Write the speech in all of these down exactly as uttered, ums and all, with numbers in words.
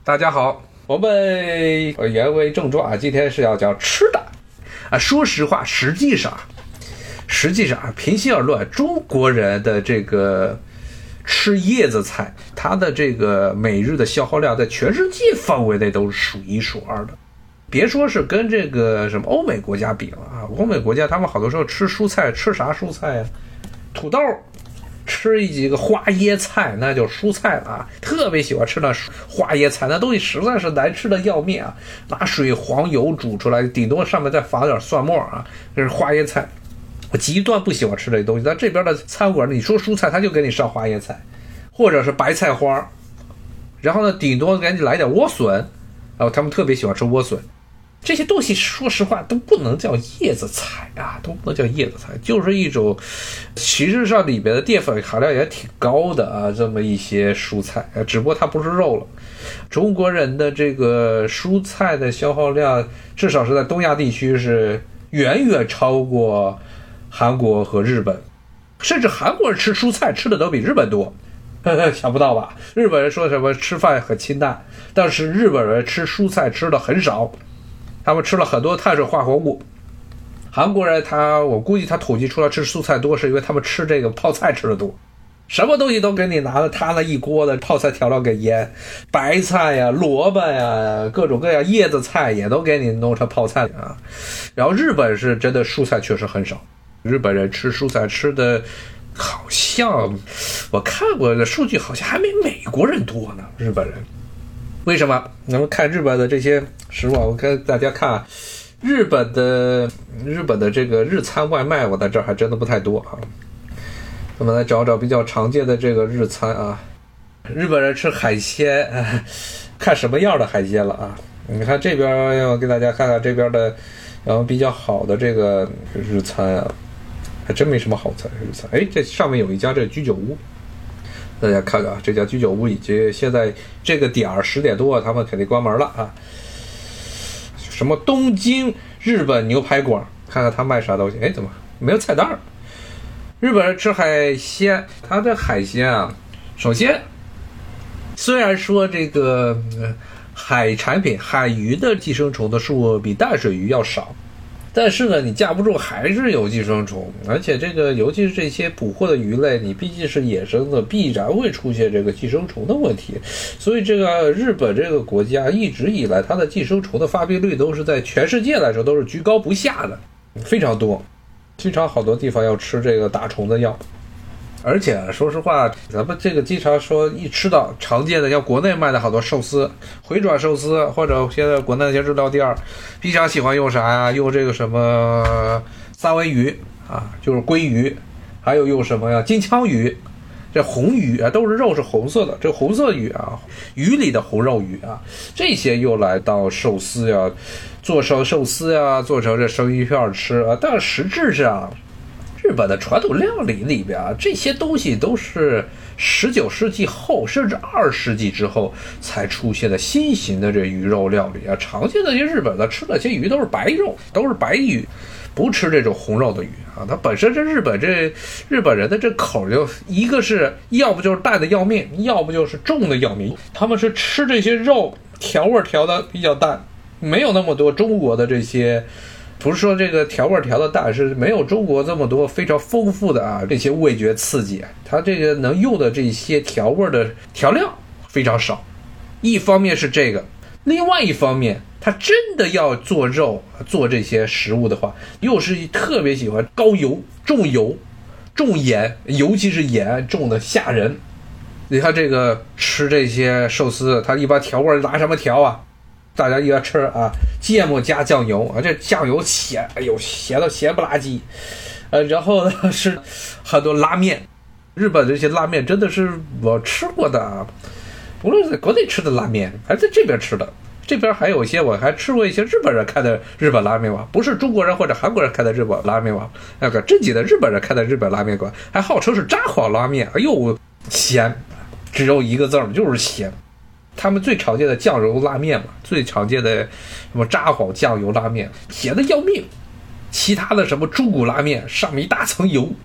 大家好，我们言归正传啊，今天是要讲吃的啊。说实话，实际上，实际上平心而论，中国人的这个吃叶子菜，它的这个每日的消耗量在全世界范围内都是数一数二的。别说是跟这个什么欧美国家比了啊，欧美国家他们好多时候吃蔬菜，吃啥蔬菜呀？土豆。吃一几个花椰菜那就蔬菜了啊，特别喜欢吃那花椰菜，那东西实在是难吃的要命啊，拿水黄油煮出来，顶多上面再放点蒜末啊，这是花椰菜。我极端不喜欢吃这东西，但这边的餐馆你说蔬菜他就给你上花椰菜或者是白菜花，然后呢顶多给你来点莴笋，然后他们特别喜欢吃莴笋。这些东西说实话都不能叫叶子菜啊，都不能叫叶子菜，就是一种其实上里边的淀粉含量也挺高的啊，这么一些蔬菜，只不过它不是肉了。中国人的这个蔬菜的消耗量至少是在东亚地区是远远超过韩国和日本，甚至韩国人吃蔬菜吃的都比日本多。想不到吧？日本人说什么吃饭很清淡，但是日本人吃蔬菜吃的很少，他们吃了很多碳水化合物。韩国人他我估计他统计出来吃蔬菜多，是因为他们吃这个泡菜吃的多，什么东西都给你拿了摊了一锅的泡菜调料给腌，白菜呀、萝卜呀、各种各样叶子菜也都给你弄成泡菜啊。然后日本是真的蔬菜确实很少，日本人吃蔬菜吃的好像我看过的数据好像还没美国人多呢，日本人。为什么？咱们看日本的这些食物，我跟大家看日本的日本的这个日餐外卖，我在这儿还真的不太多啊。我们来找找比较常见的这个日餐啊。日本人吃海鲜，哎、看什么样的海鲜了啊？你看这边，我给大家看看这边的，然后比较好的这个日餐啊，还真没什么好餐日餐。哎，这上面有一家这居酒屋。大家看看啊，这家居酒屋已经现在这个点儿十点多，他们肯定关门了啊。什么东京日本牛排馆，看看他卖啥东西？哎，怎么没有菜单？日本人吃海鲜，他的海鲜啊，首先虽然说这个、呃、海产品海鱼的寄生虫的数比淡水鱼要少，但是呢，你架不住还是有寄生虫，而且这个尤其是这些捕获的鱼类，你毕竟是野生的，必然会出现这个寄生虫的问题。所以这个日本这个国家一直以来，它的寄生虫的发病率都是在全世界来说都是居高不下的，非常多。经常好多地方要吃这个打虫的药。而且说实话，咱们这个经常说一吃到常见的，像国内卖的好多寿司，回转寿司，或者现在国内那些日料店比较喜欢用啥呀？用这个什么三文鱼啊，就是鲑鱼，还有用什么呀？金枪鱼，这红鱼啊，都是肉是红色的，这红色鱼啊，鱼里的红肉鱼啊，这些用来当寿司呀，做成寿司呀，做成这生鱼片吃啊，但实质上。日本的传统料理里边啊，这些东西都是十九世纪后甚至二十世纪之后才出现的新型的这鱼肉料理啊。常见的这些日本的吃那些鱼都是白肉，都是白鱼，不吃这种红肉的鱼啊。它本身这日本这日本人的这口就一个是要不就是淡的要命，要不就是重的要命。他们是吃这些肉调味调的比较淡，没有那么多中国的这些。不是说这个调味调的淡，是没有中国这么多非常丰富的啊这些味觉刺激，它这个能用的这些调味的调料非常少。一方面是这个，另外一方面，它真的要做肉做这些食物的话，又是特别喜欢高油、重油、重盐，尤其是盐重的吓人。你看这个吃这些寿司，它一般调味拿什么调啊？大家一般吃啊，芥末加酱油啊，这酱油咸，哎呦，咸到咸不拉几。呃，然后呢是很多拉面，日本这些拉面真的是我吃过的啊，无论在国内吃的拉面，还是在这边吃的，这边还有一些我还吃过一些日本人开的日本拉面馆，不是中国人或者韩国人开的日本拉面馆，那个正经的日本人开的日本拉面馆，还号称是札幌拉面，哎呦，咸，只有一个字儿，就是咸。他们最常见的酱油拉面嘛，最常见的什么札幌酱油拉面，咸的要命。其他的什么猪骨拉面，上面一大层油，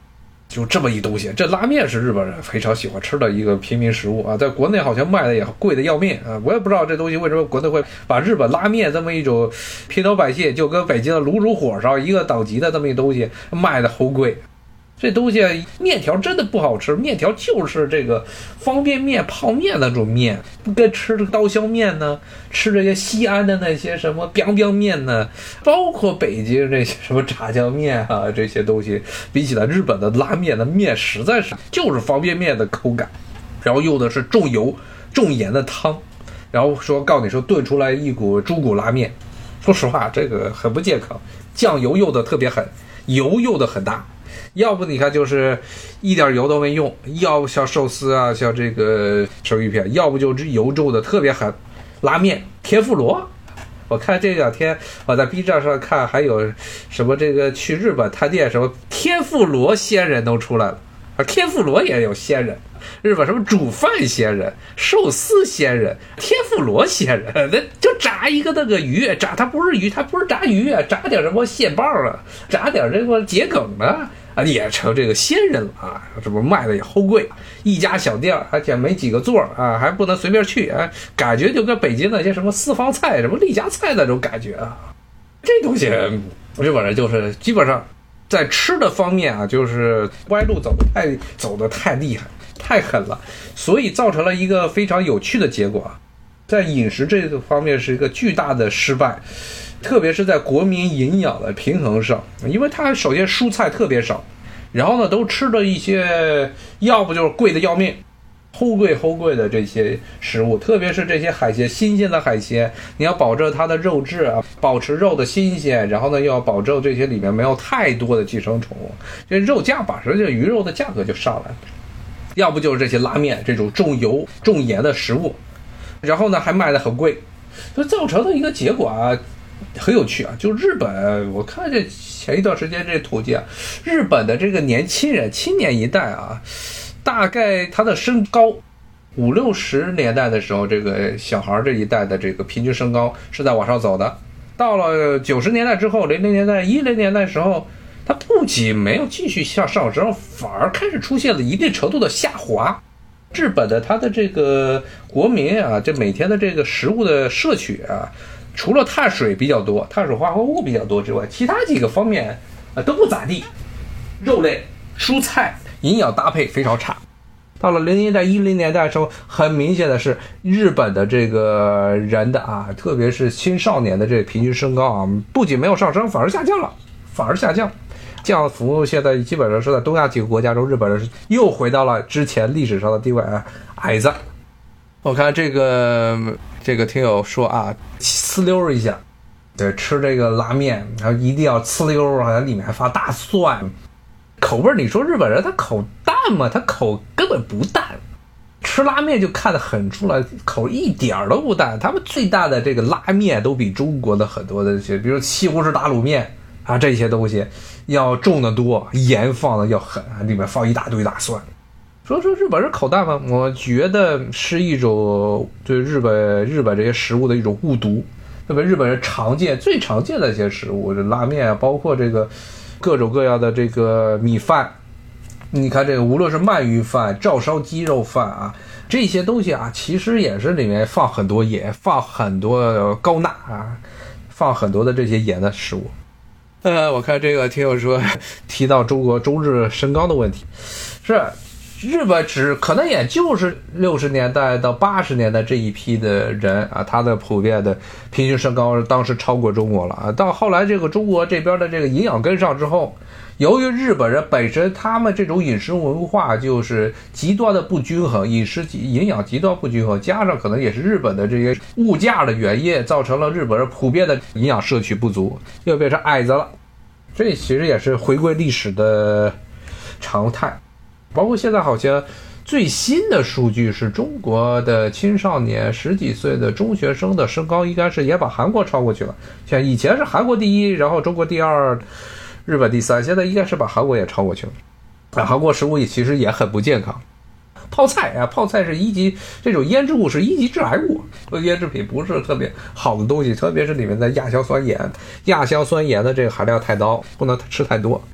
就这么一东西。这拉面是日本人非常喜欢吃的一个平民食物啊，在国内好像卖的也贵的要命啊，我也不知道这东西为什么国内会把日本拉面这么一种平头百姓就跟北京的卤煮火烧一个等级的这么一东西卖的齁贵。这东西面条真的不好吃，面条就是这个方便面泡面那种面，跟吃这个刀削面呢，吃这些西安的那些什么 biang biang 面呢，包括北京这些什么炸酱面啊，这些东西比起来日本的拉面的面实在是就是方便面的口感，然后用的是重油重盐的汤，然后说告诉你说炖出来一股猪骨拉面，说实话这个很不健康，酱油用的特别狠，油用的很大，要不你看就是一点油都没用，要不像寿司啊，像这个生鱼片，要不就是油重的特别狠。拉面天妇罗，我看这两天我在 B 站上看还有什么这个去日本探店什么天妇罗仙人都出来了啊，天妇罗也有仙人，日本什么煮饭仙人、寿司仙人、天妇罗仙人，那就炸一个那个鱼，炸它不是鱼，它不是炸鱼啊，炸点什么蟹棒啊，炸点这个桔梗啊，啊也成这个仙人了啊，这不卖的也齁贵，一家小店而且没几个座啊，还不能随便去啊，感觉就跟北京那些什么私房菜、什么丽家菜那种感觉啊。这东西日本人就是基本上在吃的方面啊，就是歪路走的太走的太厉害。太狠了，所以造成了一个非常有趣的结果啊，在饮食这个方面是一个巨大的失败，特别是在国民营养的平衡上，因为它首先蔬菜特别少，然后呢都吃的一些要不就是贵的要命，齁贵齁贵的这些食物，特别是这些海鲜，新鲜的海鲜，你要保证它的肉质啊，保持肉的新鲜，然后呢又要保证这些里面没有太多的寄生虫，这肉价把这鱼肉的价格就上来了。要不就是这些拉面这种重油重盐的食物，然后呢还卖的很贵，就造成的一个结果啊，很有趣啊。就日本，我看这前一段时间这统计啊，日本的这个年轻人青年一代啊，大概他的身高五六十年代的时候，这个小孩这一代的这个平均身高是在往上走的，到了九十年代之后，零零年代一零年代的时候，它不仅没有继续向上升，反而开始出现了一定程度的下滑。日本的它的这个国民啊，这每天的这个食物的摄取啊，除了碳水比较多、碳水化合物比较多之外，其他几个方面啊都不咋地。肉类、蔬菜营养搭配非常差。到了零零年代、一零年代的时候，很明显的是日本的这个人的啊，特别是青少年的这个平均身高啊，不仅没有上升，反而下降了，反而下降。降幅现在基本上是在东亚几个国家中，日本人又回到了之前历史上的地位啊，矮子。我看这个这个听友说啊，呲溜一下，对，吃这个拉面，然后一定要呲溜，好像里面还发大蒜，口味你说日本人他口淡吗？他口根本不淡，吃拉面就看得很出来，口一点都不淡。他们最大的这个拉面都比中国的很多的这些，比如西红柿打卤面啊，这些东西要重得多，盐放的要狠，里面放一大堆大蒜。说说日本人口淡吗？我觉得是一种对日本日本这些食物的一种误读。特别日本人常见最常见的一些食物，这拉面啊，包括这个各种各样的这个米饭。你看这个无论是鳗鱼饭、照烧鸡肉饭啊，这些东西啊，其实也是里面放很多盐，放很多高钠啊，放很多的这些盐的食物。呃，我看这个听友说提到中国中日身高的问题，是日本只可能也就是六十年代到八十年代这一批的人啊，他的普遍的平均身高当时超过中国了啊。到后来这个中国这边的这个营养跟上之后，由于日本人本身他们这种饮食文化就是极端的不均衡，饮食营养极端不均衡，加上可能也是日本的这些物价的原因，造成了日本人普遍的营养摄取不足，又变成矮子了。这其实也是回归历史的常态。包括现在好像最新的数据是中国的青少年十几岁的中学生的身高应该是也把韩国超过去了，像以前是韩国第一，然后中国第二，日本第三，现在应该是把韩国也超过去了。啊，韩国食物其实也很不健康。泡菜啊，泡菜是一级，这种腌制物是一级致癌物，腌制品不是特别好的东西，特别是里面的亚硝酸盐，亚硝酸盐的这个含量太高，不能吃太多。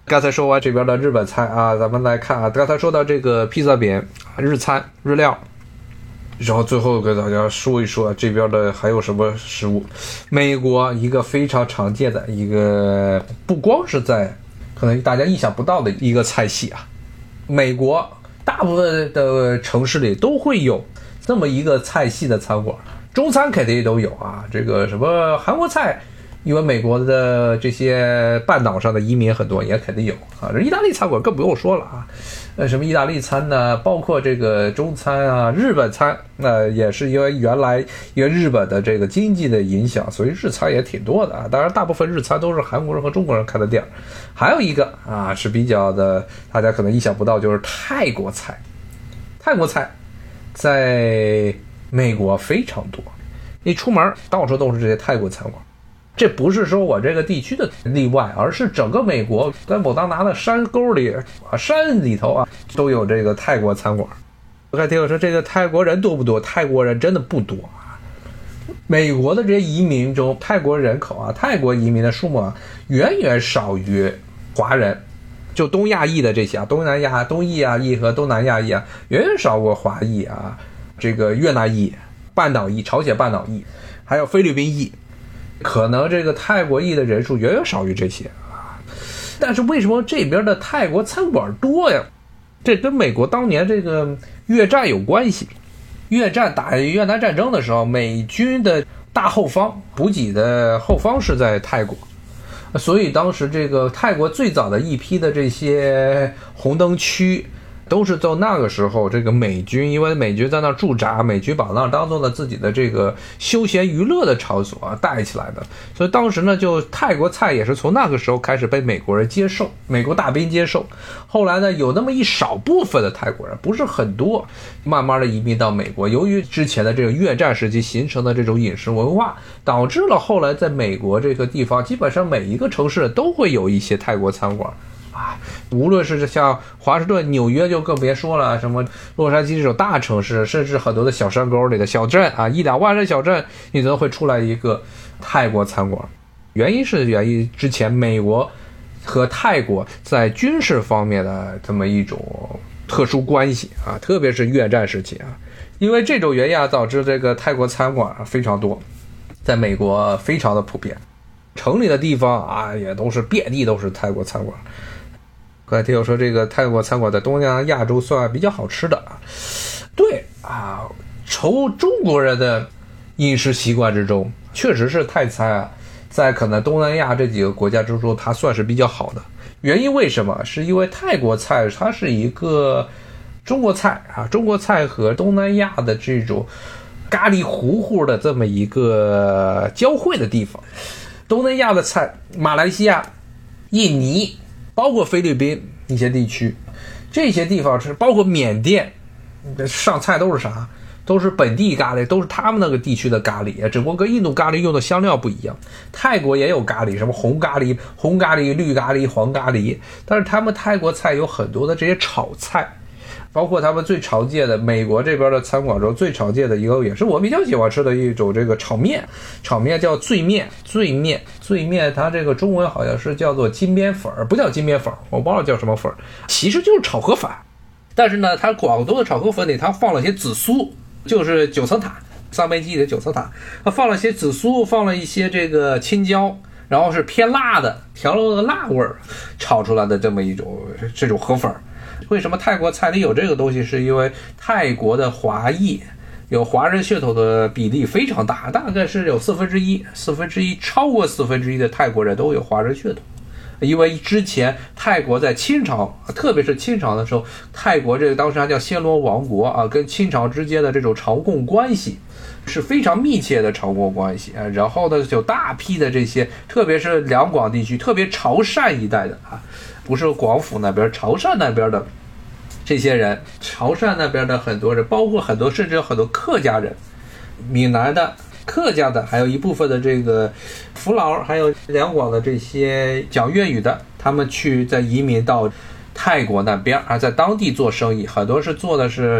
刚才说完这边的日本菜啊，咱们来看啊，刚才说到这个披萨饼，日餐日料，然后最后给大家说一说这边的还有什么食物。美国一个非常常见的一个，不光是在可能大家意想不到的一个菜系啊，美国大部分的城市里都会有这么一个菜系的餐馆，中餐肯定都有啊，这个什么韩国菜，因为美国的这些半岛上的移民很多，也肯定有啊。这意大利餐馆更不用说了啊，呃，什么意大利餐呢，包括这个中餐啊，日本餐，那、呃、也是因为原来因为日本的这个经济的影响，所以日餐也挺多的啊。当然，大部分日餐都是韩国人和中国人开的店。还有一个啊是比较的，大家可能意想不到，就是泰国菜。泰国菜在美国非常多，一出门到处都是这些泰国餐馆。这不是说我这个地区的例外，而是整个美国在某当拿的山沟里啊、山里头啊，都有这个泰国餐馆。我看听我说这个泰国人多不多？泰国人真的不多啊。美国的这些移民中，泰国人口啊，泰国移民的数目啊，远远少于华人。就东亚裔的这些啊，东南亚、东裔啊裔和东南亚裔啊，远远少过华裔啊，这个越南裔、半岛裔、朝鲜半岛裔，还有菲律宾裔。可能这个泰国裔的人数远远少于这些啊，但是为什么这边的泰国餐馆多呀？这跟美国当年这个越战有关系。越战打越南战争的时候，美军的大后方补给的后方是在泰国，所以当时这个泰国最早的一批的这些红灯区都是到那个时候，这个美军因为美军在那驻扎，美军把那当做了自己的这个休闲娱乐的场所啊带起来的，所以当时呢，就泰国菜也是从那个时候开始被美国人接受，美国大兵接受。后来呢，有那么一少部分的泰国人，不是很多，慢慢的移民到美国。由于之前的这个越战时期形成的这种饮食文化，导致了后来在美国这个地方，基本上每一个城市都会有一些泰国餐馆。啊，无论是像华盛顿、纽约就更别说了，什么洛杉矶这种大城市，甚至很多的小山沟里的小镇啊，一两万人小镇，你都会出来一个泰国餐馆。原因是源于之前美国和泰国在军事方面的这么一种特殊关系啊，特别是越战时期啊，因为这种原因啊，导致这个泰国餐馆非常多，在美国非常的普遍，城里的地方啊，也都是遍地都是泰国餐馆。刚才听我说这个泰国餐馆在东南亚洲算比较好吃的，对啊，从中国人的饮食习惯之中，确实是泰餐啊，在可能东南亚这几个国家之中，它算是比较好的。原因为什么？是因为泰国菜它是一个中国菜啊，中国菜和东南亚的这种咖喱糊糊的这么一个交汇的地方。东南亚的菜，马来西亚、印尼，包括菲律宾一些地区，这些地方是包括缅甸，上菜都是啥？都是本地咖喱，都是他们那个地区的咖喱，只不过跟印度咖喱用的香料不一样。泰国也有咖喱，什么红咖喱、红咖喱、绿咖喱、黄咖喱，但是他们泰国菜有很多的这些炒菜，包括他们最常见的美国这边的餐馆中最常见的一个，也是我比较喜欢吃的一种这个炒面，炒面叫醉面，醉面，醉面，它这个中文好像是叫做金边粉，不叫金边粉，我不知道叫什么粉，其实就是炒河粉。但是呢，它广东的炒河粉里它放了些紫苏，就是九层塔，三杯鸡的九层塔，它放了些紫苏，放了一些这个青椒，然后是偏辣的，调了个辣味儿，炒出来的这么一种这种河粉。为什么泰国菜里有这个东西？是因为泰国的华裔有华人血统的比例非常大，大概是有四分之一，四分之一超过四分之一的泰国人都有华人血统。因为之前泰国在清朝，特别是清朝的时候，泰国这个当时还叫暹罗王国啊，跟清朝之间的这种朝贡关系是非常密切的朝贡关系啊。然后呢，有大批的这些，特别是两广地区，特别潮汕一带的啊，不是广府那边，潮汕那边的这些人，潮汕那边的很多人，包括很多甚至有很多客家人，闽南的、客家的，还有一部分的这个福佬，还有两广的这些讲粤语的，他们去在移民到泰国那边啊，在当地做生意，很多是做的是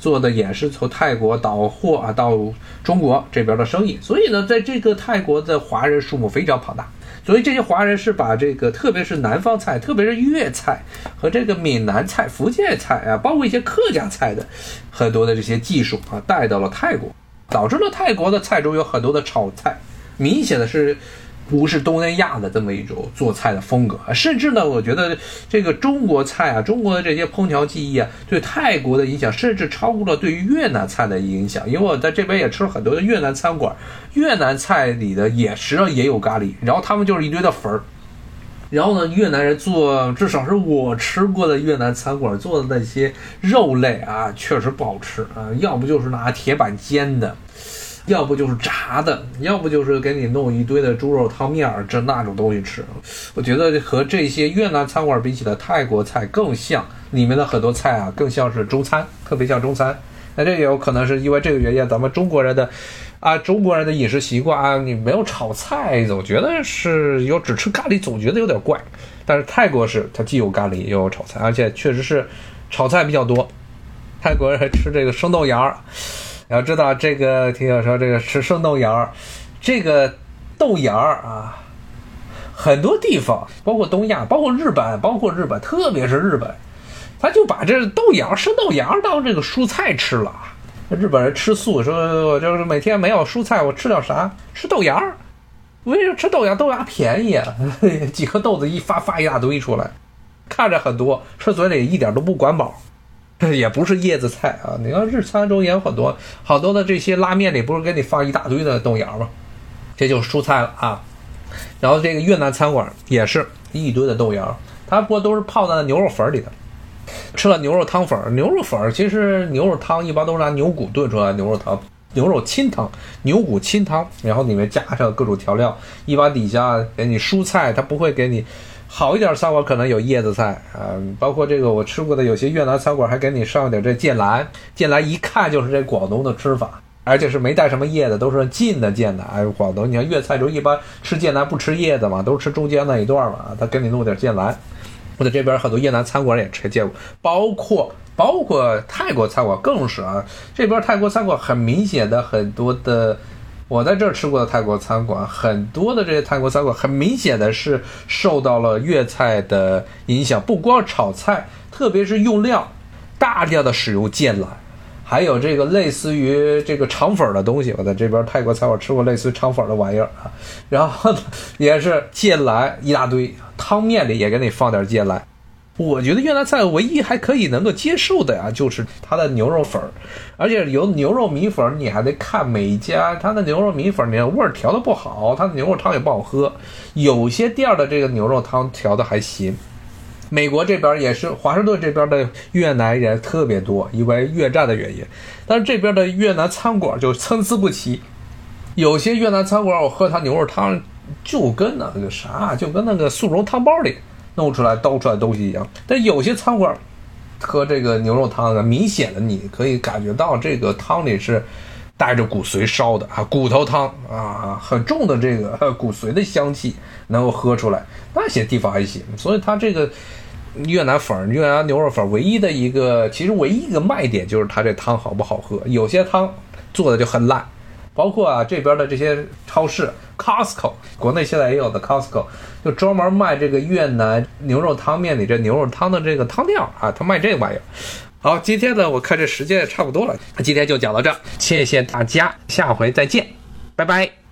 做的也是从泰国倒货啊到中国这边的生意，所以呢，在这个泰国的华人数目非常庞大。所以这些华人是把这个特别是南方菜，特别是粤菜和这个闽南菜、福建菜啊，包括一些客家菜的很多的这些技术啊带到了泰国，导致了泰国的菜中有很多的炒菜明显的是不是东南亚的这么一种做菜的风格，甚至呢，我觉得这个中国菜啊，中国的这些烹调技艺啊，对泰国的影响甚至超过了对于越南菜的影响。因为我在这边也吃了很多的越南餐馆，越南菜里的也实际上也有咖喱，然后他们就是一堆的粉儿。然后呢，越南人做，至少是我吃过的越南餐馆做的那些肉类啊，确实不好吃啊，要不就是拿铁板煎的，要不就是炸的，要不就是给你弄一堆的猪肉汤面这那种东西吃。我觉得和这些越南餐馆比起来，泰国菜更像，里面的很多菜啊更像是中餐，特别像中餐。那这也有可能是因为这个原因，咱们中国人的啊，中国人的饮食习惯啊，你没有炒菜，总觉得是有只吃咖喱，总觉得有点怪。但是泰国是它既有咖喱又有炒菜，而且确实是炒菜比较多。泰国人还吃这个生豆芽。要知道这个听友说这个吃生豆芽，这个豆芽啊，很多地方包括东亚，包括日本，包括日本，特别是日本，他就把这豆芽生豆芽当这个蔬菜吃了。日本人吃素，说我就是每天没有蔬菜，我吃点啥？吃豆芽。为什么吃豆芽？豆芽便宜啊，几颗豆子一发发一大堆出来，看着很多，吃嘴里一点都不管饱。也不是叶子菜啊，你看日餐中也有很多好多的这些拉面里不是给你放一大堆的豆芽吗？这就是蔬菜了啊。然后这个越南餐馆也是一堆的豆芽，它不都是泡在牛肉粉里的。吃了牛肉汤粉，牛肉粉其实牛肉汤一般都是拿牛骨炖出来的牛肉汤，牛肉清汤，牛骨清汤，然后里面加上各种调料，一般底下给你蔬菜，它不会给你。好一点餐馆可能有叶子菜啊、呃，包括这个我吃过的有些越南餐馆还给你上点这芥兰，芥兰一看就是这广东的吃法，而且是没带什么叶子，都是浸的芥兰。哎，广东你看粤菜中一般吃芥兰不吃叶子嘛，都是吃中间那一段嘛，他给你弄点芥兰。或者这边很多越南餐馆也吃见过，包括包括泰国餐馆更是啊，这边泰国餐馆很明显的很多的。我在这儿吃过的泰国餐馆，很多的这些泰国餐馆很明显的是受到了粤菜的影响，不光炒菜，特别是用料大量的使用芥兰，还有这个类似于这个肠粉的东西，我在这边泰国餐馆吃过类似于肠粉的玩意儿啊，然后也是芥兰一大堆，汤面里也给你放点芥兰。我觉得越南菜唯一还可以能够接受的呀，就是它的牛肉粉，而且有牛肉米粉，你还得看每一家它的牛肉米粉，你味儿调的不好，它的牛肉汤也不好喝。有些店的这个牛肉汤调的还行。美国这边也是，华盛顿这边的越南人特别多，因为越战的原因，但是这边的越南餐馆就参差不齐。有些越南餐馆我喝它牛肉汤就跟那个啥，就跟那个速溶汤包里弄出来倒出来的东西一样，但有些餐馆喝这个牛肉汤呢，明显的你可以感觉到这个汤里是带着骨髓烧的啊，骨头汤啊，很重的这个骨髓的香气能够喝出来，那些地方还行。所以它这个越南粉、越南牛肉粉唯一的一个，其实唯一一个卖点就是它这汤好不好喝。有些汤做的就很烂，包括啊这边的这些超市 Costco， 国内现在也有的 Costco， 就专门卖这个越南牛肉汤面里这牛肉汤的这个汤料啊，他卖这个玩意儿。好，今天呢我看这时间也差不多了，今天就讲到这，谢谢大家，下回再见，拜拜。